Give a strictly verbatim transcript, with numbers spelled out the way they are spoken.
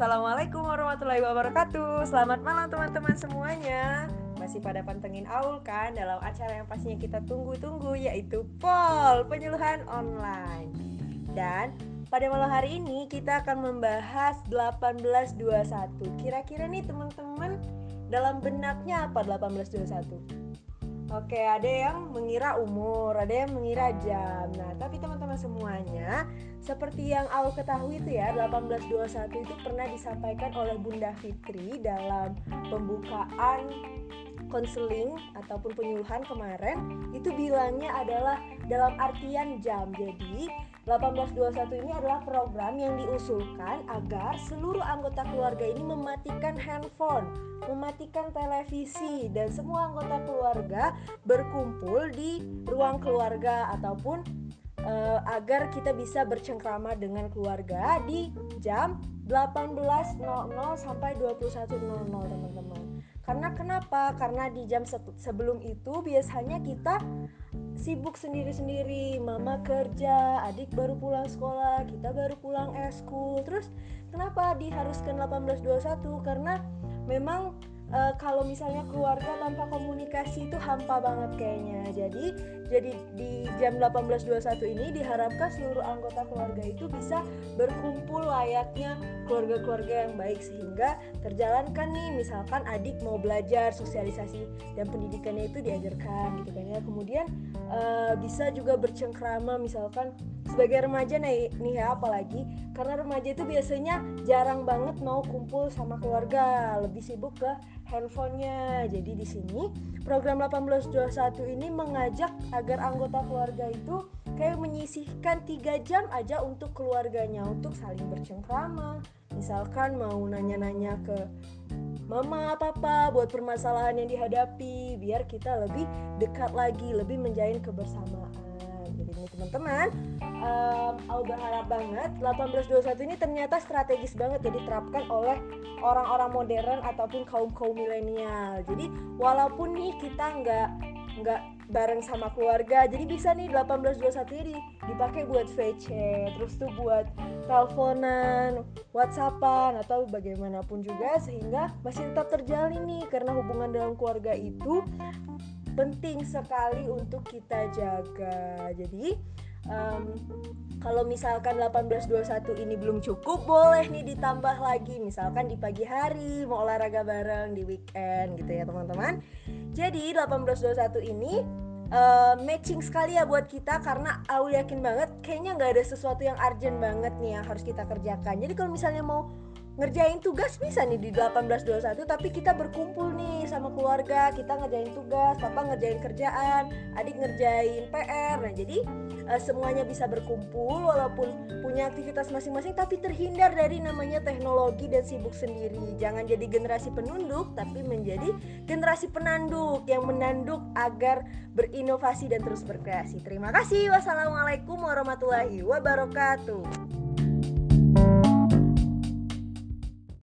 Assalamualaikum warahmatullahi wabarakatuh. Selamat malam teman-teman semuanya. Masih pada pantengin Aul kan dalam acara yang pastinya kita tunggu-tunggu, yaitu P O L, penyuluhan online. Dan pada malam hari ini kita akan membahas delapan belas dua puluh satu. Kira-kira nih teman-teman, dalam benaknya apa delapan belas dua puluh satu? Oke, ada yang mengira umur, ada yang mengira jam. Nah, tapi teman-teman semuanya, seperti yang Aul ketahui itu ya, delapan belas dua puluh satu itu pernah disampaikan oleh Bunda Fitri dalam pembukaan konseling ataupun penyuluhan kemarin. Itu bilangnya adalah dalam artian jam. Jadi delapan belas dua puluh satu ini adalah program yang diusulkan agar seluruh anggota keluarga ini mematikan handphone, mematikan televisi, dan semua anggota keluarga berkumpul di ruang keluarga ataupun uh, agar kita bisa bercengkrama dengan keluarga di jam delapan belas sampai dua puluh satu teman-teman. Karena kenapa? Karena di jam se- sebelum itu biasanya kita sibuk sendiri-sendiri, mama kerja, adik baru pulang sekolah, kita baru pulang eskul. Terus kenapa diharuskan delapan belas dua puluh satu? Karena memang e, kalau misalnya keluarga tanpa komunikasi itu hampa banget kayaknya. Jadi jadi di jam delapan belas dua puluh satu ini diharapkan seluruh anggota keluarga itu bisa berkumpul layaknya keluarga-keluarga yang baik, sehingga terjalankan nih, misalkan adik mau belajar, sosialisasi dan pendidikannya itu diajarkan gitu kan ya. Kemudian uh, bisa juga bercengkrama, misalkan sebagai remaja nih, nih ya, apalagi karena remaja itu biasanya jarang banget mau kumpul sama keluarga, lebih sibuk ke handphonenya. Jadi di sini program delapan belas dua puluh satu ini mengajak agar anggota keluarga itu kayak menyisihkan tiga jam aja untuk keluarganya, untuk saling bercengkrama. Misalkan mau nanya-nanya ke mama, papa buat permasalahan yang dihadapi, biar kita lebih dekat lagi, lebih menjalin kebersamaan. Jadi ini teman-teman, um, aku berharap banget delapan belas dua puluh satu ini ternyata strategis banget ya diterapkan oleh orang-orang modern ataupun kaum-kaum milenial. Jadi walaupun nih kita nggak nggak bareng sama keluarga, jadi bisa nih delapan belas dua puluh satu ini dipakai buat V C, terus tuh buat teleponan, whatsappan, atau bagaimanapun juga, sehingga masih tetap terjalin nih, karena hubungan dalam keluarga itu penting sekali untuk kita jaga. Jadi um, kalau misalkan delapan belas dua puluh satu ini belum cukup, boleh nih ditambah lagi, misalkan di pagi hari mau olahraga bareng di weekend gitu ya teman-teman. Jadi delapan belas dua puluh satu ini uh, matching sekali ya buat kita, karena aku yakin banget kayaknya gak ada sesuatu yang urgent banget nih yang harus kita kerjakan. Jadi kalau misalnya mau ngerjain tugas bisa nih di delapan belas dua puluh satu, tapi kita berkumpul nih sama keluarga, kita ngerjain tugas, papa ngerjain kerjaan, adik ngerjain P R. Nah jadi uh, semuanya bisa berkumpul walaupun punya aktivitas masing-masing, tapi terhindar dari namanya teknologi dan sibuk sendiri. Jangan jadi generasi penunduk, tapi menjadi generasi penanduk yang menanduk agar berinovasi dan terus berkreasi. Terima kasih. Wassalamualaikum warahmatullahi wabarakatuh.